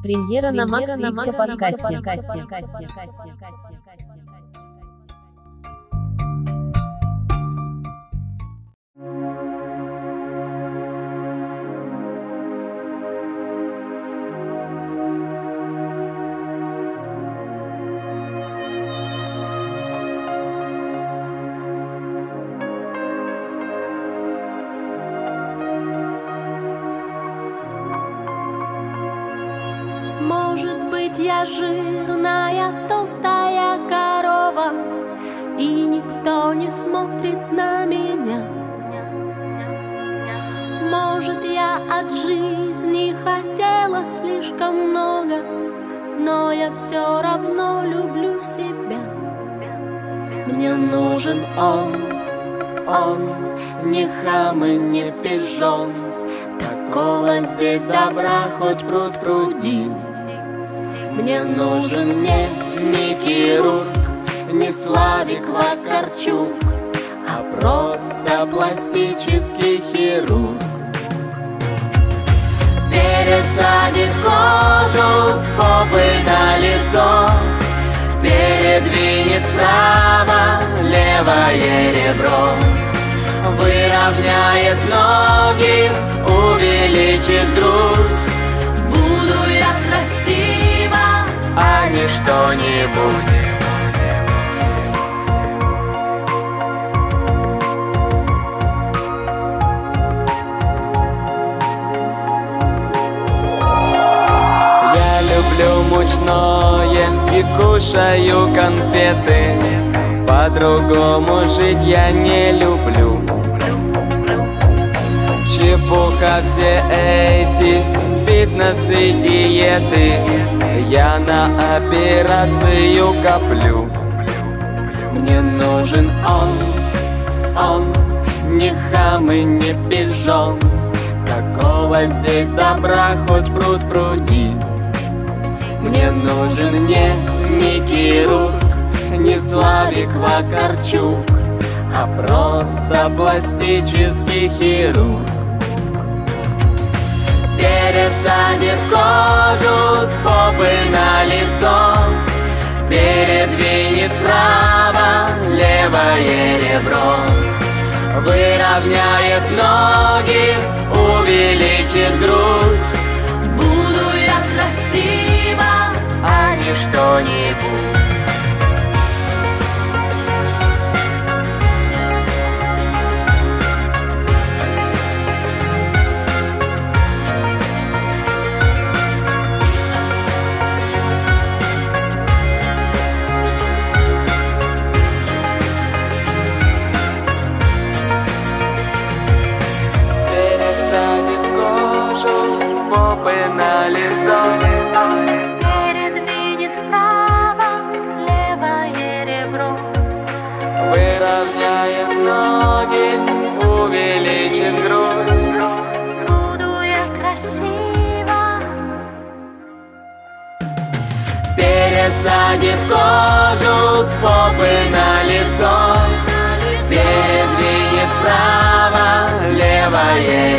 Премьера на Максимка подкасте. Может быть, я жирная, толстая корова, и никто не смотрит на меня. Может, я от жизни хотела слишком много, но я все равно люблю себя. Мне нужен он, не хам и не пижон. Какого здесь добра, хоть пруд пруди. Мне нужен не хирург, не Славик Вакарчук, а просто пластический хирург. Пересадит кожу с попы на лицо, передвинет вправо левое ребро, выровняет ноги, увеличит грудь. Буду я красива, а не что-нибудь. Я люблю мучное и кушаю конфеты, по-другому жить я не люблю. Чепуха все эти фитнес и диеты, я на операцию коплю. Мне нужен он, не хам и не пижон. Какого здесь добра, хоть пруд пруди. Мне нужен не хирург, не Славик Вакарчук, а просто пластический хирург. Пересадит кожу с попы на лицо, передвинет вправо левое ребро, выровняет ноги, увеличит грудь. Буду я красива, а не что-нибудь. На лицо, передвинет вправо левое ребро, выровняет ноги, увеличит грудь. Буду я красива. Пересадит кожу с попы на лицо, передвинет вправо левое